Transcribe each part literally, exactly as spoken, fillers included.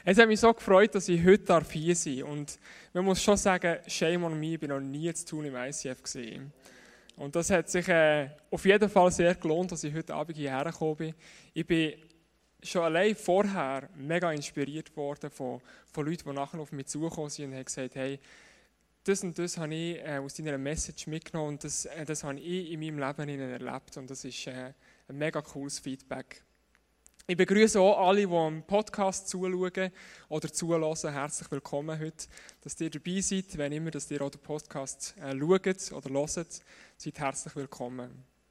Es hat mich so gefreut, dass ich heute hier sein darf. Und man muss schon sagen, shame on me, ich war noch nie zu tun im I C F gewesen. Und das hat sich äh, auf jeden Fall sehr gelohnt, dass ich heute Abend hierher gekommen bin. Ich bin schon allein vorher mega inspiriert worden von, von Leuten, die nachher auf mich zugekommen sind und haben gesagt, hey, das und das habe ich äh, aus deiner Message mitgenommen und das, äh, das habe ich in meinem Leben erlebt. Und das ist äh, ein mega cooles Feedback. Ich begrüße auch alle, die am Podcast zuschauen oder zuhören. Herzlich willkommen heute, dass ihr dabei seid. Wenn immer, dass ihr auch den Podcast äh, schaut oder hört, seid herzlich willkommen.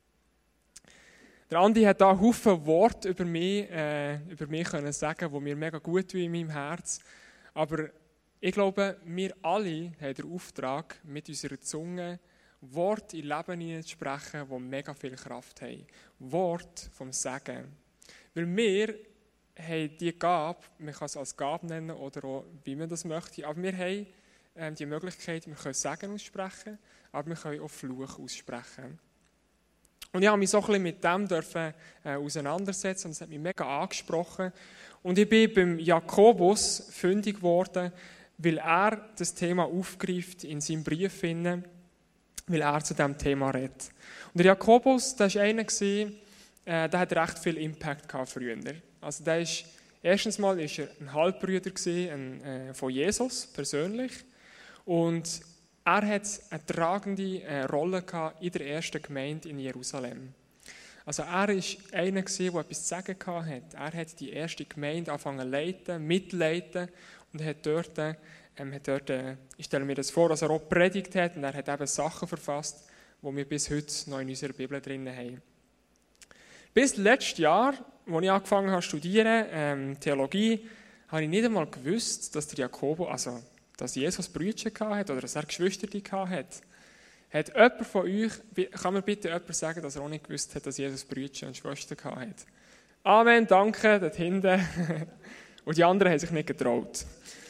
Der Andi hat da Haufen Worte über mich, äh, über mich können sagen, die mir mega gut tun in meinem Herz. Aber ich glaube, wir alle haben den Auftrag, mit unserer Zunge Worte in Leben hineinzusprechen, die mega viel Kraft haben. Worte vom Segen. Weil wir haben diese Gabe, man kann es als Gabe nennen oder auch, wie man das möchte, aber wir haben ähm, die Möglichkeit, wir können Segen aussprechen, aber wir können auch Fluch aussprechen. Und ich habe mich so ein bisschen mit dem dürfen, äh, auseinandersetzen und es hat mich mega angesprochen. Und ich bin beim Jakobus fündig geworden, weil er das Thema aufgreift in seinem Brief finden, weil er zu diesem Thema redet. Und der Jakobus, das war einer, Äh, der hat recht viel Impact gehabt früher. Also der ist, erstens mal ist er ein Halbbruder gewesen, ein, äh, von Jesus persönlich und er hat eine tragende äh, Rolle gehabt in der ersten Gemeinde in Jerusalem. Also er ist einer gewesen, der etwas zu sagen hat. Er hat die erste Gemeinde angefangen zu leiten, mitleiten und hat dort, ähm, hat dort äh, ich stelle mir das vor, dass er auch predigt hat und er hat eben Sachen verfasst, die wir bis heute noch in unserer Bibel drin haben. Bis letztes Jahr, als ich angefangen habe zu studieren, ähm, Theologie, habe ich nicht einmal gewusst, dass der Jakobus, also dass Jesus Brüder hatte oder dass er Geschwister hatte. Hat jemand von euch, kann mir bitte jemand sagen, dass er auch nicht gewusst hat, dass Jesus Brüder und Schwestern hatte? Amen, danke, dort hinten. Und die anderen haben sich nicht getraut.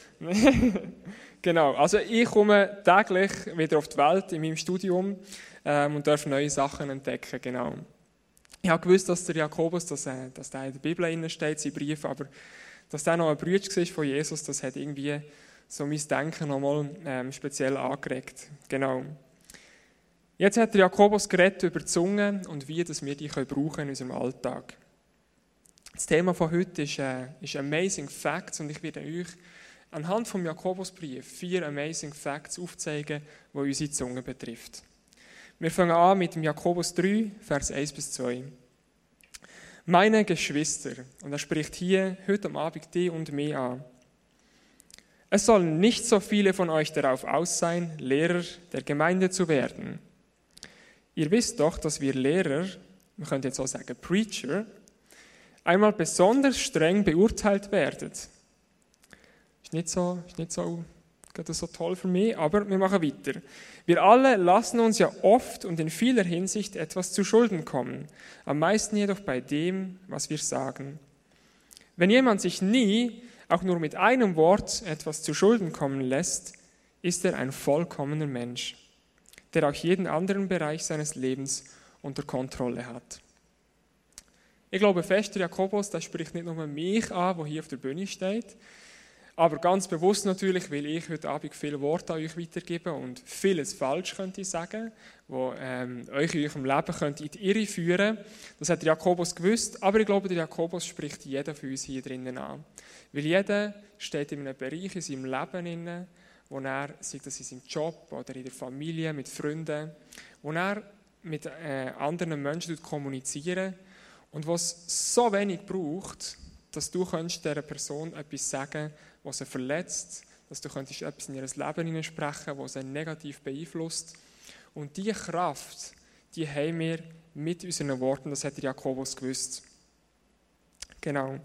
Genau, also ich komme täglich wieder auf die Welt in meinem Studium ähm, und darf neue Sachen entdecken, genau. Ich habe gewusst, dass der Jakobus, dass, äh, dass der in der Bibel steht, sein Brief, aber dass der noch ein Bruder war von Jesus, das hat irgendwie so mein Denken nochmal ähm, speziell angeregt. Genau. Jetzt hat der Jakobus geredet über die Zunge und wie dass wir die können brauchen in unserem Alltag. Das Thema von heute ist, äh, ist Amazing Facts und ich werde euch anhand vom Jakobusbrief vier Amazing Facts aufzeigen, die unsere Zunge betrifft. Wir fangen an mit dem Jakobus drei, Vers eins bis zwei. Meine Geschwister, und er spricht hier heute am Abend die und mich an. Es sollen nicht so viele von euch darauf aus sein, Lehrer der Gemeinde zu werden. Ihr wisst doch, dass wir Lehrer, man könnte jetzt auch sagen Preacher, einmal besonders streng beurteilt werden. Ist nicht so, ist nicht so Das ist so toll für mich, aber wir machen weiter. Wir alle lassen uns ja oft und in vieler Hinsicht etwas zu Schulden kommen, am meisten jedoch bei dem, was wir sagen. Wenn jemand sich nie, auch nur mit einem Wort, etwas zu Schulden kommen lässt, ist er ein vollkommener Mensch, der auch jeden anderen Bereich seines Lebens unter Kontrolle hat. Ich glaube fest, der Jakobus, der spricht nicht nur mich an, der hier auf der Bühne steht, aber ganz bewusst natürlich, weil ich heute Abend viele Worte an euch weitergebe und vieles falsch könnte ich sagen, wo ähm, euch in eurem Leben könnte in die Irre führen. Das hat der Jakobus gewusst, aber ich glaube, der Jakobus spricht jeden von uns hier drinnen an. Weil jeder steht in einem Bereich in seinem Leben inne, wo er, sei das in seinem Job oder in der Familie, mit Freunden, wo er mit äh, anderen Menschen kommunizieren und was so wenig braucht, dass du dieser Person etwas sagen kannst, was sie verletzt, dass du etwas in ihr Leben hineinsprechen, was sie negativ beeinflusst. Und diese Kraft, die haben wir mit unseren Worten, das hat der Jakobus gewusst. Genau.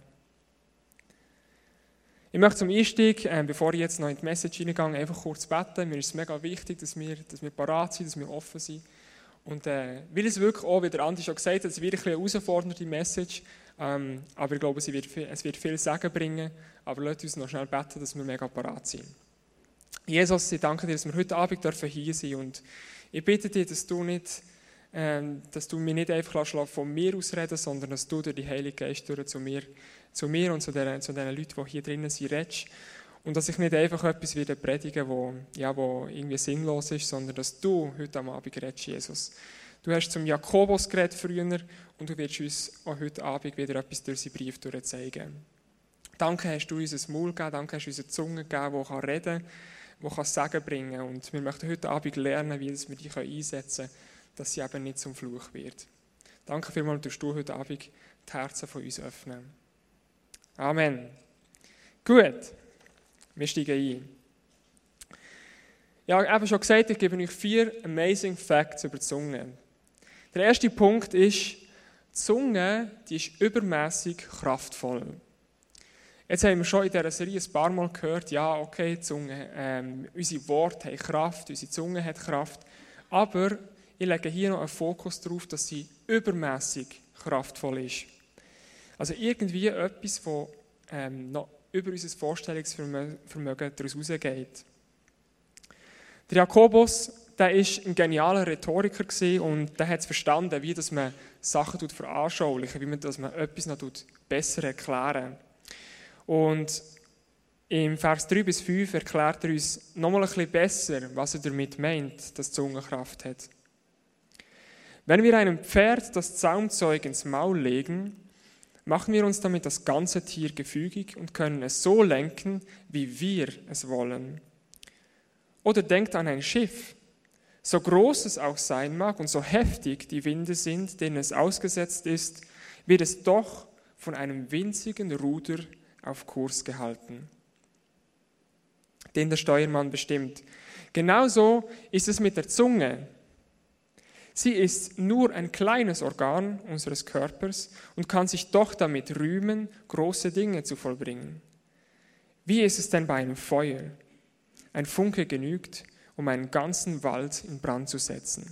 Ich möchte zum Einstieg, äh, bevor ich jetzt noch in die Message hineingehe, einfach kurz beten. Mir ist es mega wichtig, dass wir, dass wir parat sind, dass wir offen sind. Und äh, weil es wirklich auch, wie der Andi schon gesagt hat, es wird eine herausfordernde Message, ähm, aber ich glaube, es wird, viel, es wird viel Segen bringen. Aber lasst uns noch schnell beten, dass wir mega parat sind. Jesus, ich danke dir, dass wir heute Abend hier sein dürfen. Und ich bitte dich, dass du nicht ähm, dass du mich nicht einfach von mir aus reden lässt, sondern dass du durch die Heilige Geist durch zu mir, zu mir und zu den, zu den Leuten, die hier drinnen sind, redest. Und dass ich nicht einfach etwas wieder predige, wo, ja, wo irgendwie sinnlos ist, sondern dass du heute am Abend redest, Jesus. Du hast zum Jakobus geredet früher und du wirst uns auch heute Abend wieder etwas durch seinen Brief zeigen. Danke hast du uns ein Maul gegeben, danke hast du uns eine Zunge gegeben, die reden kann, die Segen bringen kann. Und wir möchten heute Abend lernen, wie wir die einsetzen können, dass sie eben nicht zum Fluch wird. Danke vielmals, dass du heute Abend die Herzen von uns öffnen. Amen. Gut, wir steigen ein. Ja, ich habe eben schon gesagt, ich gebe euch vier Amazing Facts über die Zunge. Der erste Punkt ist, die Zunge die ist übermäßig kraftvoll. Jetzt haben wir schon in dieser Serie ein paar Mal gehört, ja, okay, die Zunge, ähm, unsere Worte haben Kraft, unsere Zunge hat Kraft, aber ich lege hier noch einen Fokus darauf, dass sie übermäßig kraftvoll ist. Also irgendwie etwas, das ähm, noch über unser Vorstellungsvermögen daraus herausgeht. Der Jakobus, der war ein genialer Rhetoriker und der hat verstanden, wie dass man Sachen veranschaulichen, wie man, dass man etwas noch besser erklären. Und im Vers drei bis fünf erklärt er uns nochmal ein bisschen besser, was er damit meint, dass die Zunge Kraft hat. Wenn wir einem Pferd das Zaumzeug ins Maul legen, machen wir uns damit das ganze Tier gefügig und können es so lenken, wie wir es wollen. Oder denkt an ein Schiff. So groß es auch sein mag und so heftig die Winde sind, denen es ausgesetzt ist, wird es doch von einem winzigen Ruder auf Kurs gehalten, den der Steuermann bestimmt. Genauso ist es mit der Zunge. Sie ist nur ein kleines Organ unseres Körpers und kann sich doch damit rühmen, große Dinge zu vollbringen. Wie ist es denn bei einem Feuer? Ein Funke genügt, um einen ganzen Wald in Brand zu setzen.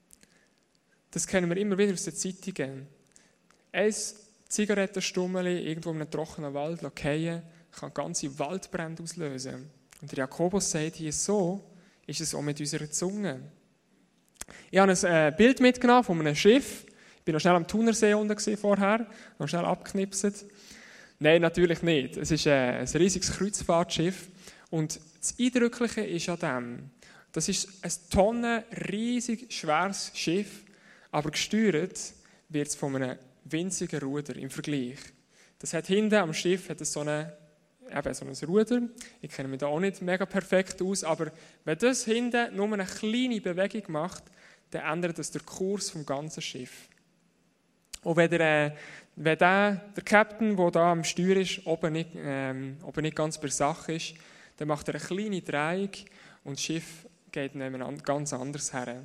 Das kennen wir immer wieder aus den Zeitungen. Ein Zigarettenstummel irgendwo in einem trockenen Wald fallen, kann ganze Waldbrände auslösen. Und der Jakobus sagt hier, so ist es auch mit unserer Zunge. Ich habe ein Bild mitgenommen von einem Schiff. Ich war noch schnell am Thunersee unten vorher, noch schnell abgeknipst. Nein, natürlich nicht. Es ist ein riesiges Kreuzfahrtschiff. Und das Eindrückliche ist an dem, das ist ein Tonnen riesig schweres Schiff, aber gesteuert wird es von einem winzigen Ruder im Vergleich. Das hat hinten am Schiff hat es so, eine, eben so ein Ruder. Ich kenne mich da auch nicht mega perfekt aus, aber wenn das hinten nur eine kleine Bewegung macht, dann ändert das den Kurs vom ganzen Schiff. Und wenn der, äh, wenn der, der Captain, der da am Steuer ist, oben nicht, ähm, oben nicht ganz bei Sache ist, dann macht er eine kleine Drehung und das Schiff geht dann ganz anders her.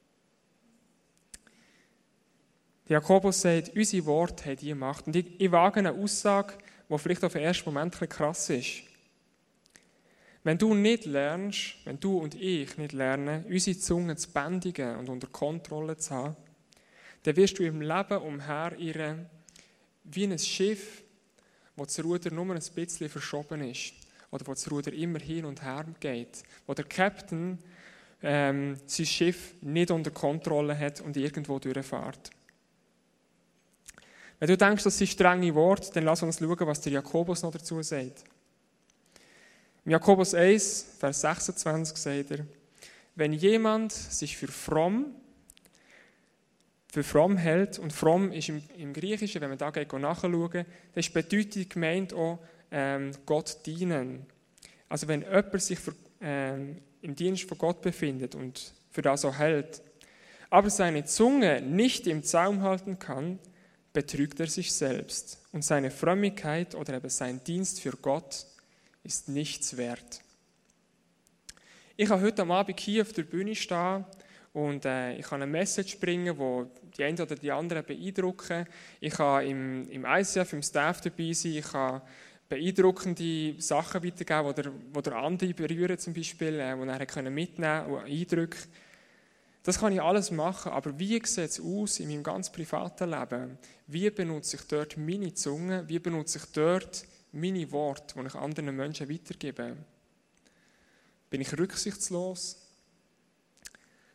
Der Jakobus sagt, unsere Worte haben diese Macht. Und ich, ich wage eine Aussage, die vielleicht auf den ersten Moment ein bisschen krass ist. Wenn du nicht lernst, wenn du und ich nicht lernen, unsere Zunge zu bändigen und unter Kontrolle zu haben, dann wirst du im Leben umherirren wie ein Schiff, wo das Ruder nur ein bisschen verschoben ist. Oder wo das Ruder immer hin und her geht. Wo der Captain ähm, sein Schiff nicht unter Kontrolle hat und irgendwo durchfährt. Wenn du denkst, das sind strenge Worte, dann lass uns schauen, was der Jakobus noch dazu sagt. Im Jakobus eins, Vers sechsundzwanzig sagt er, wenn jemand sich für fromm, für fromm hält, und fromm ist im, im Griechischen, wenn man da geht, nachschauen, dann ist bedeutet gemeint auch ähm, Gott dienen. Also wenn jemand sich für, ähm, im Dienst von Gott befindet und für das auch hält, aber seine Zunge nicht im Zaum halten kann, betrügt er sich selbst. Und seine Frömmigkeit oder eben sein Dienst für Gott ist nichts wert. Ich habe heute am Abend hier auf der Bühne stehen und äh, ich kann eine Message bringen, die die einen oder die anderen beeindrucken. Ich kann im, im I C F, im Staff dabei sein, ich kann beeindruckende Sachen weitergeben, die der, wo der andere berühren zum Beispiel, äh, die er mitnehmen konnte, Eindrücke. Das kann ich alles machen, aber wie sieht es aus in meinem ganz privaten Leben? Wie benutze ich dort meine Zunge? Wie benutze ich dort meine Worte, die ich anderen Menschen weitergebe? Bin ich rücksichtslos?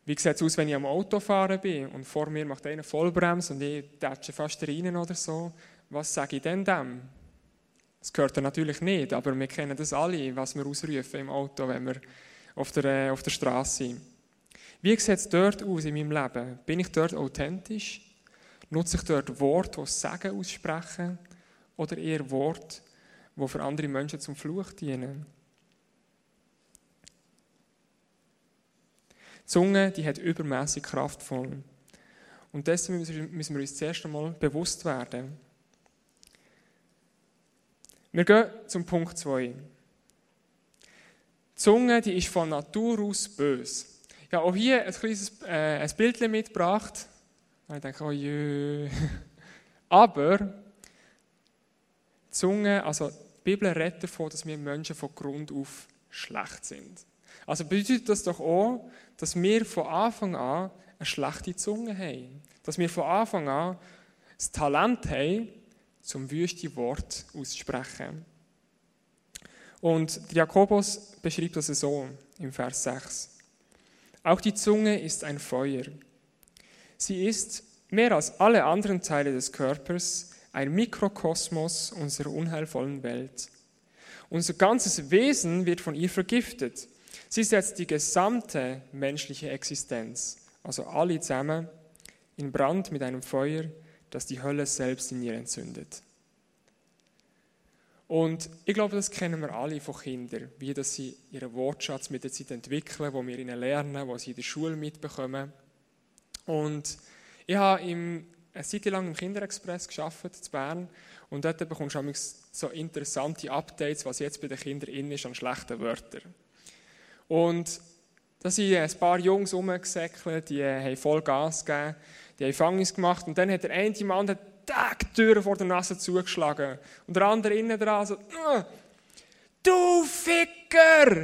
Wie sieht es aus, wenn ich am Autofahren bin und vor mir macht einer Vollbremse und ich tätsche fast rein oder so? Was sage ich denn dem? Das gehört er natürlich nicht, aber wir kennen das alle, was wir ausrufen im Auto, wenn wir auf der, äh, auf der Straße sind. Wie sieht es dort aus in meinem Leben? Bin ich dort authentisch? Nutze ich dort Worte, die Sagen aussprechen? Oder eher Worte, die für andere Menschen zum Fluch dienen? Die Zunge, die hat übermäßig kraftvoll. Und dessen müssen wir uns zuerst einmal bewusst werden. Wir gehen zum Punkt zwei. Die Zunge, die ist von Natur aus böse. Ich habe auch hier ein kleines äh, ein Bildchen mitgebracht. Ich denke, oh jö. Aber die Zunge, also die Bibel redet davon, dass wir Menschen von Grund auf schlecht sind. Also bedeutet das doch auch, dass wir von Anfang an eine schlechte Zunge haben. Dass wir von Anfang an das Talent haben, zum wüste Wort auszusprechen. Und Jakobus beschreibt das so im Vers sechs. Auch die Zunge ist ein Feuer. Sie ist, mehr als alle anderen Teile des Körpers, ein Mikrokosmos unserer unheilvollen Welt. Unser ganzes Wesen wird von ihr vergiftet. Sie setzt die gesamte menschliche Existenz, also alle zusammen, in Brand mit einem Feuer, das die Hölle selbst in ihr entzündet. Und ich glaube, das kennen wir alle von Kindern, wie dass sie ihren Wortschatz mit der Zeit entwickeln, wo wir ihnen lernen, wo sie in der Schule mitbekommen. Und ich habe im, eine Zeit lang im Kinderexpress gearbeitet, in Bern, und dort bekommst du so interessante Updates, was jetzt bei den Kindern in ist an schlechten Wörtern. Und da sind ein paar Jungs rumgesäckelt, die haben voll Gas gegeben, die haben Fangis gemacht und dann hat der eine Mann die Tür vor der Nase zugeschlagen und der andere innen dran so, «Du Ficker!»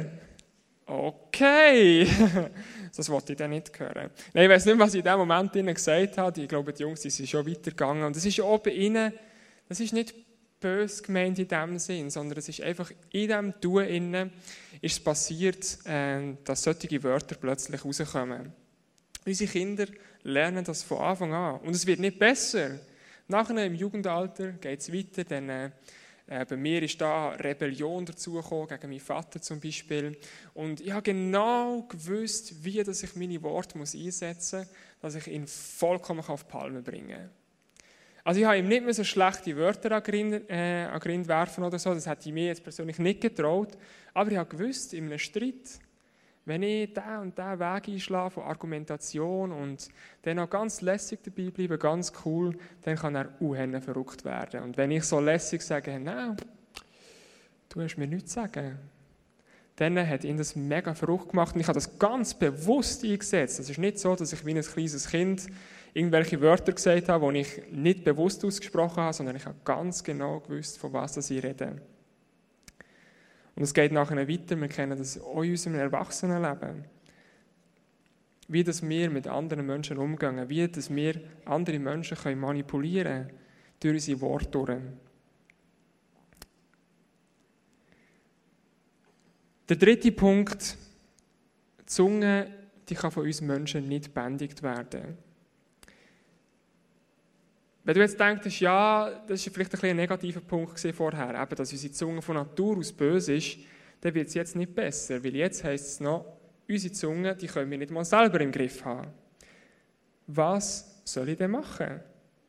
Okay, das wollte ich dann nicht hören. Nein, ich weiss nicht, was ich in diesem Moment ihnen gesagt habe. Ich glaube, die Jungs die sind schon weitergegangen. Und das ist ja auch bei ihnen, das ist nicht böse gemeint in dem Sinn, sondern es ist einfach in diesem Tun innen ist es passiert, dass solche Wörter plötzlich rauskommen. Unsere Kinder lernen das von Anfang an. Und es wird nicht besser. Nachher im Jugendalter geht es weiter, dann äh, bei mir ist da Rebellion dazugekommen, gegen meinen Vater zum Beispiel. Und ich habe genau gewusst, wie dass ich meine Worte muss einsetzen muss, dass ich ihn vollkommen auf die Palme bringen kann. Also ich habe ihm nicht mehr so schlechte Wörter an Grind, äh, an Grind werfen oder so, das hätte ich mir jetzt persönlich nicht getraut. Aber ich habe gewusst, in einem Streit, wenn ich diesen und diesen Weg einschlage von Argumentation und dann auch ganz lässig dabei bleibe, ganz cool, dann kann er unheimlich verrückt werden. Und wenn ich so lässig sage, nein, du hast mir nichts zu sagen, dann hat ihn das mega verrückt gemacht und ich habe das ganz bewusst eingesetzt. Es ist nicht so, dass ich wie ein kleines Kind irgendwelche Wörter gesagt habe, die ich nicht bewusst ausgesprochen habe, sondern ich habe ganz genau gewusst, von was ich rede. Und es geht nachher weiter, wir kennen das auch in unserem Erwachsenenleben. Wie dass wir mit anderen Menschen umgehen, wie dass wir andere Menschen können manipulieren können durch unsere Worte. Der dritte Punkt, die Zunge, die kann von uns Menschen nicht bändigt werden. Wenn du jetzt denkst, ja, das war vielleicht ein, ein negativer Punkt vorher, eben, dass unsere Zunge von Natur aus böse ist, dann wird es jetzt nicht besser, weil jetzt heisst es noch, unsere Zunge, die können wir nicht mal selber im Griff haben. Was soll ich denn machen?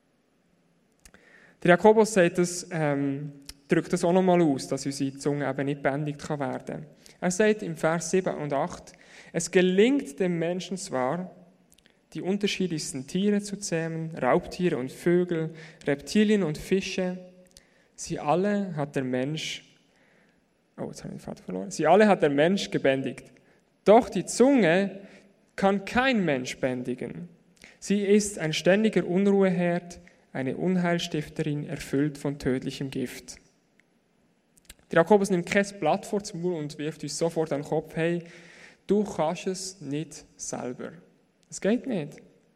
Der Jakobus sagt das, ähm, drückt das auch nochmal aus, dass unsere Zunge eben nicht bändigt werden kann. Er sagt im Vers sieben und acht, es gelingt dem Menschen zwar, die unterschiedlichsten Tiere zu zähmen, Raubtiere und Vögel, Reptilien und Fische. Sie alle hat der Mensch, oh, jetzt habe ich den Vater verloren. Sie alle hat der Mensch gebändigt. Doch die Zunge kann kein Mensch bändigen. Sie ist ein ständiger Unruheherd, eine Unheilstifterin, erfüllt von tödlichem Gift. Der Jakobus nimmt kein Blatt vor den Mund und wirft uns sofort an den Kopf, hey, du kannst es nicht selber. Es geht nicht.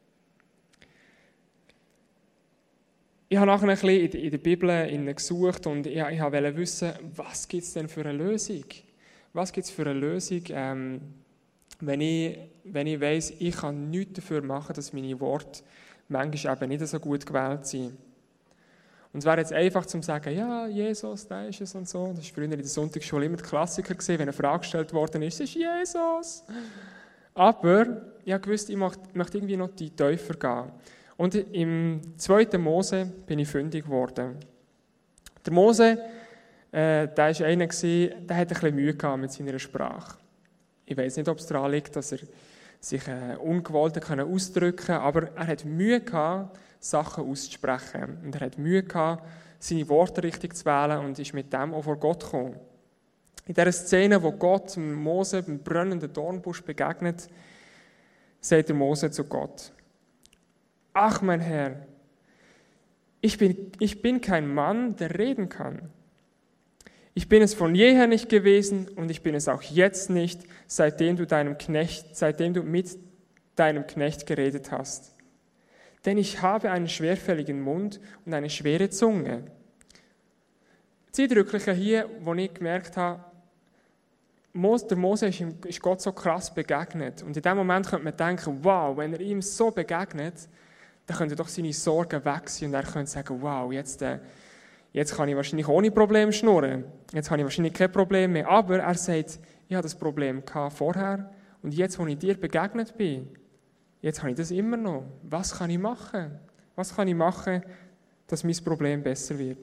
Ich habe nachher ein bisschen in der Bibel gesucht und ich wollte wissen, was gibt es denn für eine Lösung? Was gibt es für eine Lösung ähm, wenn ich, wenn ich weiss, ich kann nichts dafür machen, dass meine Worte manchmal eben nicht so gut gewählt sind. Und es wäre jetzt einfach zu sagen, ja, Jesus, da ist es und so. Das war früher in der Sonntagsschule immer der Klassiker, wenn eine Frage gestellt worden ist, es ist Jesus. Aber ich wusste, ich möchte irgendwie noch die tiefer gehen. Und im zweiten Mose bin ich fündig geworden. Der Mose, äh, der war einer, der hatte ein bisschen Mühe gehabt mit seiner Sprache. Ich weiß nicht, ob es daran liegt, dass er sich äh, ungewollt ausdrücken konnte, aber er hatte Mühe gehabt, Sachen auszusprechen. Und er hatte Mühe gehabt, seine Worte richtig zu wählen und ist mit dem auch vor Gott gekommen. In dieser Szene, wo Gott Mose beim brennenden Dornbusch begegnet, sagt der Mose zu Gott: Ach, mein Herr, ich bin, ich bin kein Mann, der reden kann. Ich bin es von jeher nicht gewesen und ich bin es auch jetzt nicht, seitdem du, deinem Knecht, seitdem du mit deinem Knecht geredet hast. Denn ich habe einen schwerfälligen Mund und eine schwere Zunge. Das Eindrückliche hier, wo ich gemerkt habe, der Mose ist Gott so krass begegnet. Und in dem Moment könnte man denken, wow, wenn er ihm so begegnet, dann könnte doch seine Sorgen weg sein und er könnte sagen, wow, jetzt, äh, jetzt kann ich wahrscheinlich ohne Problem schnurren. Jetzt habe ich wahrscheinlich kein Problem mehr. Aber er sagt, ich hatte das Problem vorher und jetzt, wo ich dir begegnet bin, jetzt habe ich das immer noch. Was kann ich machen? Was kann ich machen, dass mein Problem besser wird?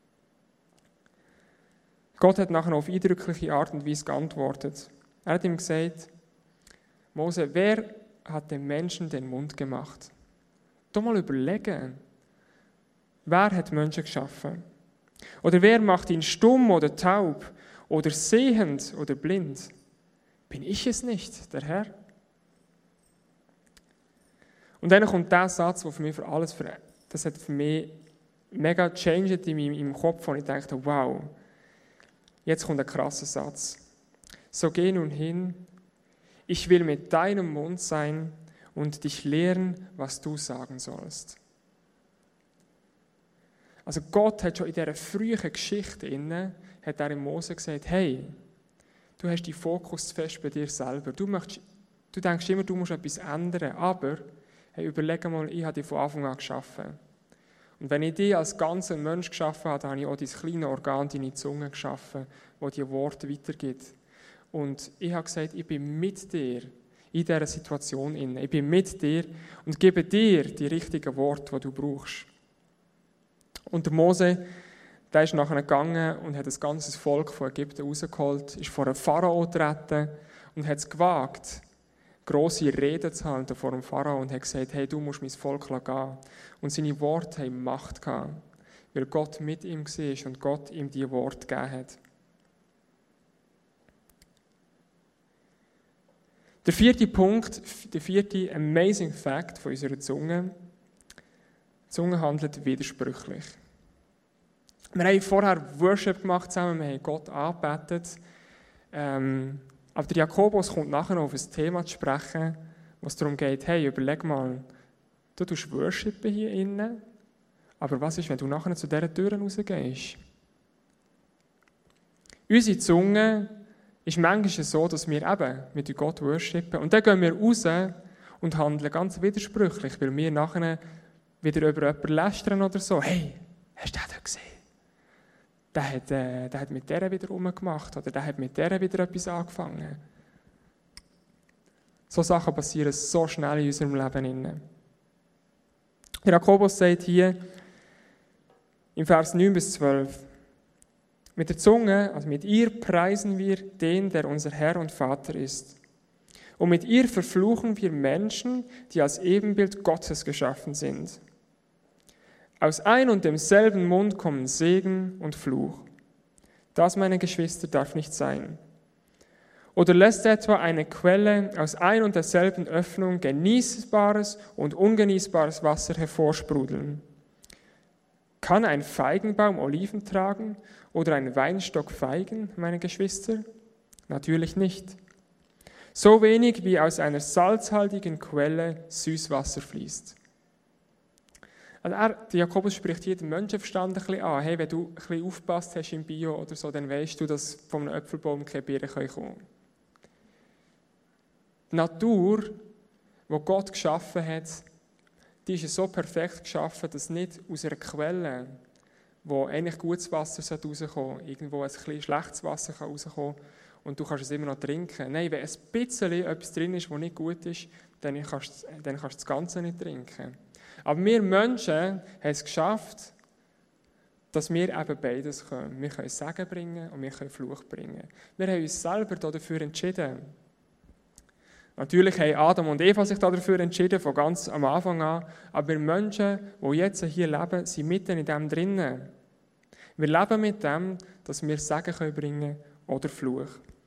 Gott hat nachher auf eindrückliche Art und Weise geantwortet. Er hat ihm gesagt, Mose, wer hat dem Menschen den Mund gemacht? Doch mal überlegen, wer hat Menschen geschaffen? Oder wer macht ihn stumm oder taub oder sehend oder blind? Bin ich es nicht, der Herr? Und dann kommt der Satz, der für mich für alles, das hat für mich mega changed in meinem Kopf, und ich dachte, wow, jetzt kommt ein krasser Satz. So geh nun hin, ich will mit deinem Mund sein und dich lehren, was du sagen sollst. Also Gott hat schon in dieser frühen Geschichte inne, hat er im Mose gesagt, hey, du hast den Fokus zu fest bei dir selber. Du, möchtest, du denkst immer, du musst etwas ändern, aber hey, überleg mal, ich habe dich von Anfang an geschaffen. Und wenn ich dich als ganzer Mensch geschaffen habe, dann habe ich auch dein kleine Organ, deine Zunge geschaffen, das die Worte weitergibt. Und ich habe gesagt, ich bin mit dir in dieser Situation inne. Ich bin mit dir und gebe dir die richtigen Worte, die du brauchst. Und der Mose, der ist nachher gegangen und hat das ganze Volk von Ägypten rausgeholt, ist vor einem Pharao getreten und hat es gewagt, grosse Reden zu halten vor dem Pharao und hat gesagt, hey, du musst mein Volk gehen. Und seine Worte haben Macht gehabt, weil Gott mit ihm war und Gott ihm diese Worte gegeben hat. Der vierte Punkt, der vierte Amazing Fact von unserer Zunge: Die Zunge handelt widersprüchlich. Wir haben vorher Worship gemacht zusammen, wir haben Gott angebetet. Ähm, aber der Jakobus kommt nachher noch auf ein Thema zu sprechen, wo es darum geht, hey, überleg mal, du tust worshipen hier innen, aber was ist, wenn du nachher zu dieser Tür rausgehst? Unsere Zunge ist manchmal so, dass wir eben mit Gott worshipen und dann gehen wir raus und handeln ganz widersprüchlich, weil wir nachher wieder über jemanden lästern oder so. Hey, hast du das gesehen? Der hat, äh, der hat mit der wieder rumgemacht oder der hat mit der wieder etwas angefangen. So Sachen passieren so schnell in unserem Leben. Der Jakobus sagt hier im Vers neun bis zwölf, mit der Zunge, also mit ihr preisen wir den, der unser Herr und Vater ist. Und mit ihr verfluchen wir Menschen, die als Ebenbild Gottes geschaffen sind. Aus ein und demselben Mund kommen Segen und Fluch. Das, meine Geschwister, darf nicht sein. Oder lässt etwa eine Quelle aus ein und derselben Öffnung genießbares und ungenießbares Wasser hervorsprudeln? Kann ein Feigenbaum Oliven tragen oder ein Weinstock Feigen, meine Geschwister? Natürlich nicht. So wenig wie aus einer salzhaltigen Quelle Süßwasser fließt. Also er, der Jakobus spricht hier den Menschenverstand ein bisschen an. Hey, wenn du ein bisschen aufgepasst hast im Bio oder so, dann weißt du, dass von einem Äpfelbaum keine Beeren kommen können. Die Natur, die Gott geschaffen hat, die ist so perfekt geschaffen, dass nicht aus einer Quelle, wo eigentlich gutes Wasser rauskommen sollte, irgendwo ein bisschen schlechtes Wasser rauskommen kann und du kannst es immer noch trinken. Nein, wenn ein bisschen etwas drin ist, das nicht gut ist, dann kannst, dann kannst du das Ganze nicht trinken. Aber wir Menschen haben es geschafft, dass wir eben beides können. Wir können Segen bringen und wir können Fluch bringen. Wir haben uns selber dafür entschieden. Natürlich haben Adam und Eva sich dafür entschieden, von ganz am Anfang an. Aber wir Menschen, die jetzt hier leben, sind mitten in dem drinnen. Wir leben mit dem, dass wir Segen können bringen oder Fluch.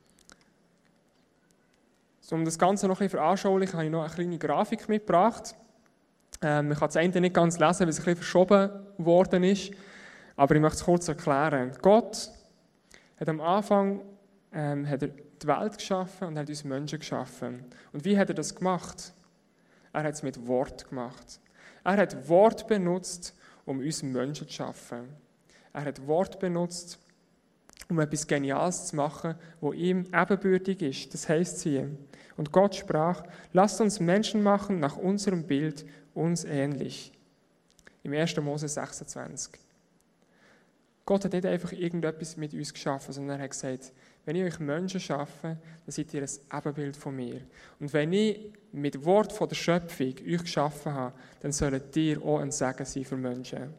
So, um das Ganze noch ein bisschen veranschaulichen, habe ich noch eine kleine Grafik mitgebracht. Ähm, ich kann das eine nicht ganz lesen, weil es ein bisschen verschoben worden ist. Aber ich möchte es kurz erklären. Gott hat am Anfang ähm, hat er die Welt geschaffen und hat uns Menschen geschaffen. Und wie hat er das gemacht? Er hat es mit Wort gemacht. Er hat Wort benutzt, um uns Menschen zu schaffen. Er hat Wort benutzt, um etwas Geniales zu machen, das ihm ebenbürtig ist. Das heisst hier. Und Gott sprach, lasst uns Menschen machen nach unserem Bild, uns ähnlich. Im ersten Mose sechsundzwanzig. Gott hat nicht einfach irgendetwas mit uns geschaffen, sondern er hat gesagt, wenn ich euch Menschen schaffe, dann seid ihr ein Ebenbild von mir. Und wenn ich mit Wort von der Schöpfung euch geschaffen habe, dann sollt ihr auch ein Segen sein für Menschen.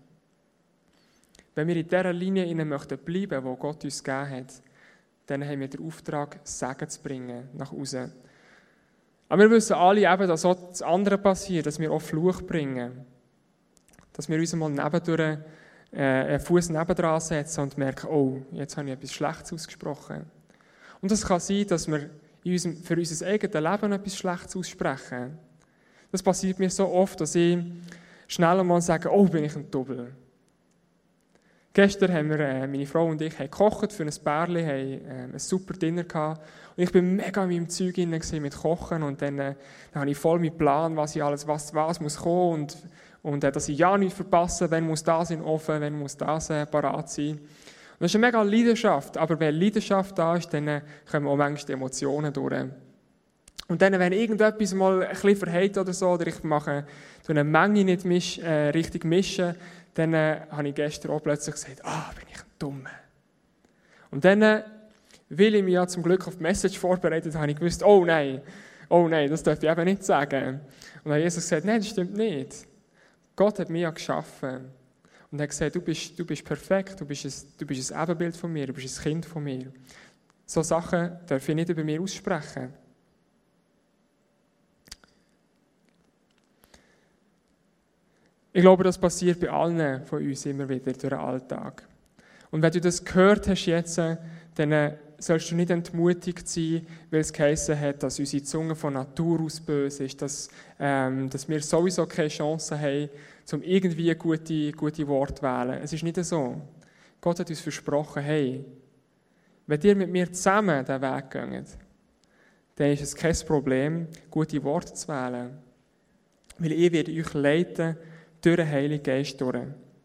Wenn wir in dieser Linie bleiben möchten, die Gott uns gegeben hat, dann haben wir den Auftrag, Segen zu bringen nach außen. Aber wir wissen alle eben, dass auch das andere passiert, dass wir auch Fluch bringen. Dass wir uns mal nebendurch äh, einen Fuß nebendran setzen und merken, oh, jetzt habe ich etwas Schlechtes ausgesprochen. Und es kann sein, dass wir in unserem, für unser eigenes Leben etwas Schlechtes aussprechen. Das passiert mir so oft, dass ich schnell einmal sage, oh, bin ich ein Double. Gestern haben wir, äh, meine Frau und ich, haben gekocht für ein Pärchen, haben äh, ein super Dinner gehabt. Und ich war mega in meinem Zeug mit Kochen. Und dann, äh, dann habe ich voll meinen Plan, was ich alles, was, was muss kommen. Und, und äh, dass ich ja nichts verpasse, wenn muss das in den Ofen, wenn muss das äh, parat sein. Und das ist eine mega Leidenschaft. Aber wenn Leidenschaft da ist, dann äh, kommen auch manchmal die Emotionen durch. Und dann, wenn irgendetwas mal ein bisschen verhält oder so, oder ich mache eine Menge nicht misch, äh, richtig mischen, dann äh, habe ich gestern auch plötzlich gesagt, ah, bin ich ein Dummer. Und dann, äh, weil ich mich ja zum Glück auf die Message vorbereitet habe, habe ich gewusst, oh nein, oh nein, das darf ich eben nicht sagen. Und dann hat Jesus gesagt, nein, das stimmt nicht. Gott hat mich ja geschaffen. Und er hat gesagt, du bist, du bist perfekt, du bist, ein, du bist ein Ebenbild von mir, du bist ein Kind von mir. So Sachen darf ich nicht über mich aussprechen. Ich glaube, das passiert bei allen von uns immer wieder durch den Alltag. Und wenn du das gehört hast jetzt, dann sollst du nicht entmutigt sein, weil es geheissen hat, dass unsere Zunge von Natur aus böse ist, dass, ähm, dass wir sowieso keine Chance haben, um irgendwie gute, gute Worte zu wählen. Es ist nicht so. Gott hat uns versprochen, hey, wenn ihr mit mir zusammen diesen Weg geht, dann ist es kein Problem, gute Worte zu wählen. Weil ich werde euch leiten, durch den Heiligen Geist durch.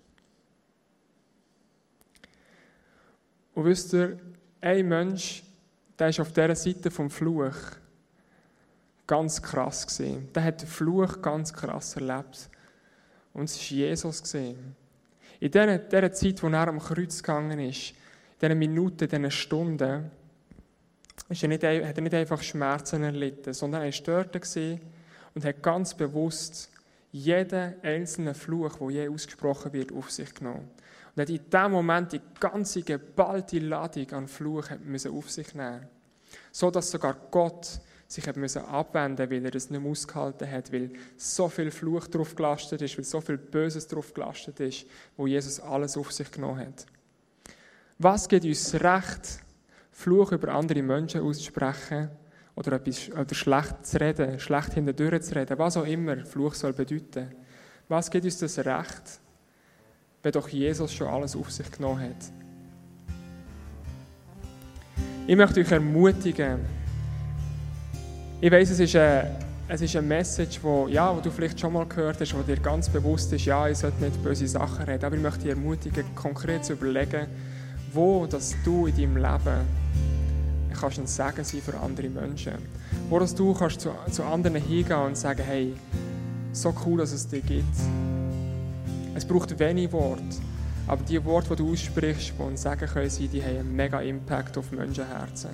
Und wisst ihr, ein Mensch, der ist auf dieser Seite vom Fluch ganz krass gesehen. Der hat den Fluch ganz krass erlebt. Und es war Jesus. In dieser, dieser Zeit, wo er am Kreuz gegangen ist, in diesen Minuten, in diesen Stunden, ist er nicht, hat er nicht einfach Schmerzen erlitten, sondern er war dort und hat ganz bewusst jeden einzelnen Fluch, der je ausgesprochen wird, auf sich genommen. Und hat in diesem Moment die ganze geballte Ladung an Fluch auf sich nehmen, so dass sogar Gott sich abwenden musste, weil er das nicht mehr ausgehalten hat, weil so viel Fluch drauf gelastet ist, weil so viel Böses drauf gelastet ist, wo Jesus alles auf sich genommen hat. Was gibt uns Recht, Fluch über andere Menschen auszusprechen oder etwas oder schlecht zu reden, schlecht hintendurch zu reden, was auch immer Fluch soll bedeuten. Was gibt uns das Recht, wenn doch Jesus schon alles auf sich genommen hat? Ich möchte euch ermutigen. Ich weiss, es ist eine, es ist eine Message, wo, ja, wo du vielleicht schon mal gehört hast, wo dir ganz bewusst ist, ja, ich sollte nicht böse Sachen reden, aber ich möchte dich ermutigen, konkret zu überlegen, wo dass du in deinem Leben kannst ein Segen sein für andere Menschen. Wo dass du kannst zu, zu anderen hingehen und sagen, hey, so cool, dass es dich gibt. Es braucht wenig Worte, aber die Worte, die du aussprichst, die ein Segen können sein, die haben einen mega Impact auf Menschenherzen.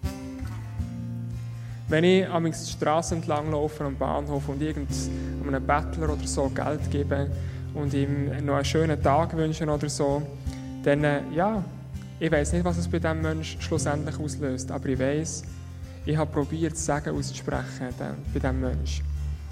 Wenn ich an die Straße entlang laufe, am Bahnhof und irgendeinem Bettler oder so Geld gebe und ihm noch einen schönen Tag wünsche oder so, dann, ja, ich weiss nicht, was es bei diesem Menschen schlussendlich auslöst, aber ich weiss, ich habe probiert, Segen auszusprechen bei diesem Menschen.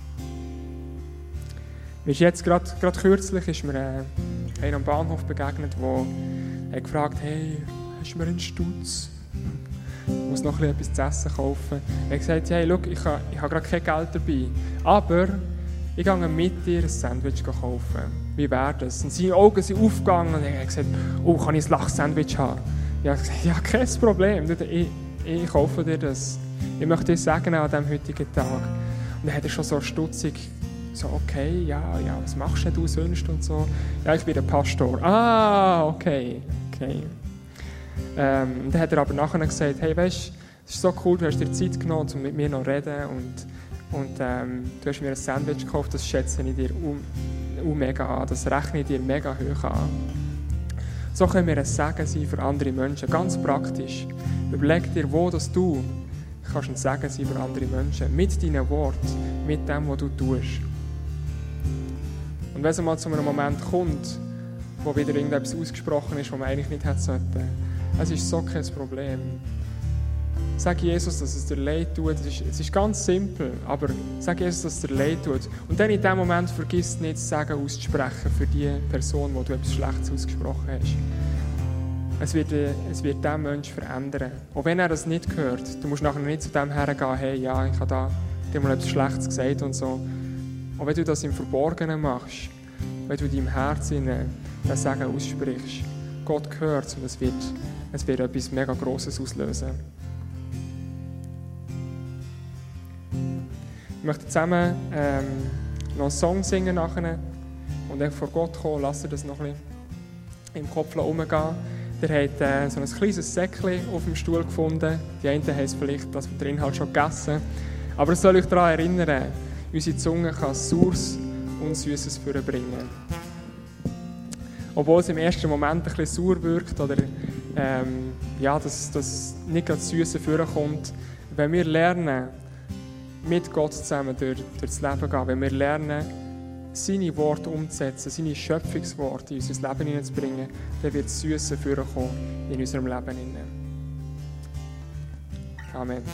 Mir ist jetzt gerade, gerade kürzlich ist mir äh, einer am Bahnhof begegnet, der gefragt hat, hey, hast du mir einen Stutz? Ich muss noch etwas zu essen kaufen. Er hat gesagt, hey, schau, ich habe, ich habe gerade kein Geld dabei, aber ich gehe mit dir ein Sandwich kaufen. Wie wäre das? Und seine Augen sind aufgegangen und er hat gesagt, oh, kann ich ein Lachsandwich haben? Ich habe gesagt, ja, kein Problem, ich, ich kaufe dir das. Ich möchte dir sagen an diesem heutigen Tag. Und dann hat er schon so stutzig so, okay, ja, ja, was machst denn du sonst und so? Ja, ich bin der Pastor. Ah, okay, okay. Ähm, dann hat er aber nachher gesagt, hey, weißt du, es ist so cool, du hast dir Zeit genommen, um mit mir noch zu reden und, und ähm, du hast mir ein Sandwich gekauft, das schätze ich dir um, um mega an, das rechne ich dir mega hoch an. So können wir ein Segen sein für andere Menschen, ganz praktisch. Überleg dir, wo dass du kannst ein Segen sein für andere Menschen, mit deinen Worten, mit dem, was du tust. Und wenn es mal zu einem Moment kommt, wo wieder irgendetwas ausgesprochen ist, was man eigentlich nicht hätte sollten, es ist so kein Problem. Sag Jesus, dass es dir leid tut. Es ist, es ist ganz simpel, aber sag Jesus, dass es dir leid tut. Und dann in dem Moment vergiss nicht, Segen auszusprechen für die Person, wo du etwas Schlechtes ausgesprochen hast. Es wird, es wird diesen Menschen verändern. Auch wenn er das nicht hört, du musst nachher nicht zu dem hergehen, hey, ja, ich habe da dir mal etwas Schlechtes gesagt und so. Auch wenn du das im Verborgenen machst, wenn du in deinem Herzen den Segen aussprichst, Gott hört es und es wird, es wird etwas mega Grosses auslösen. Ich möchte zusammen ähm, noch einen Song singen nachher und dann vor Gott kommen, lasst ihr das noch ein bisschen im Kopf herumgehen. Ihr habt äh, so ein kleines Säckchen auf dem Stuhl gefunden. Die einen haben es vielleicht, dass wir den Inhalt schon gegessen. Aber es soll euch daran erinnern, unsere Zunge kann Saures und Süßes vorbringen. Obwohl es im ersten Moment ein bisschen sauer wirkt oder ähm, ja, dass das nicht gerade das Süße vorkommt, wenn wir lernen, mit Gott zusammen durch, durch das Leben gehen, wenn wir lernen, seine Worte umzusetzen, seine Schöpfungsworte in unser Leben hineinzubringen, dann wird das Süße vorkommen in unserem Leben. Amen.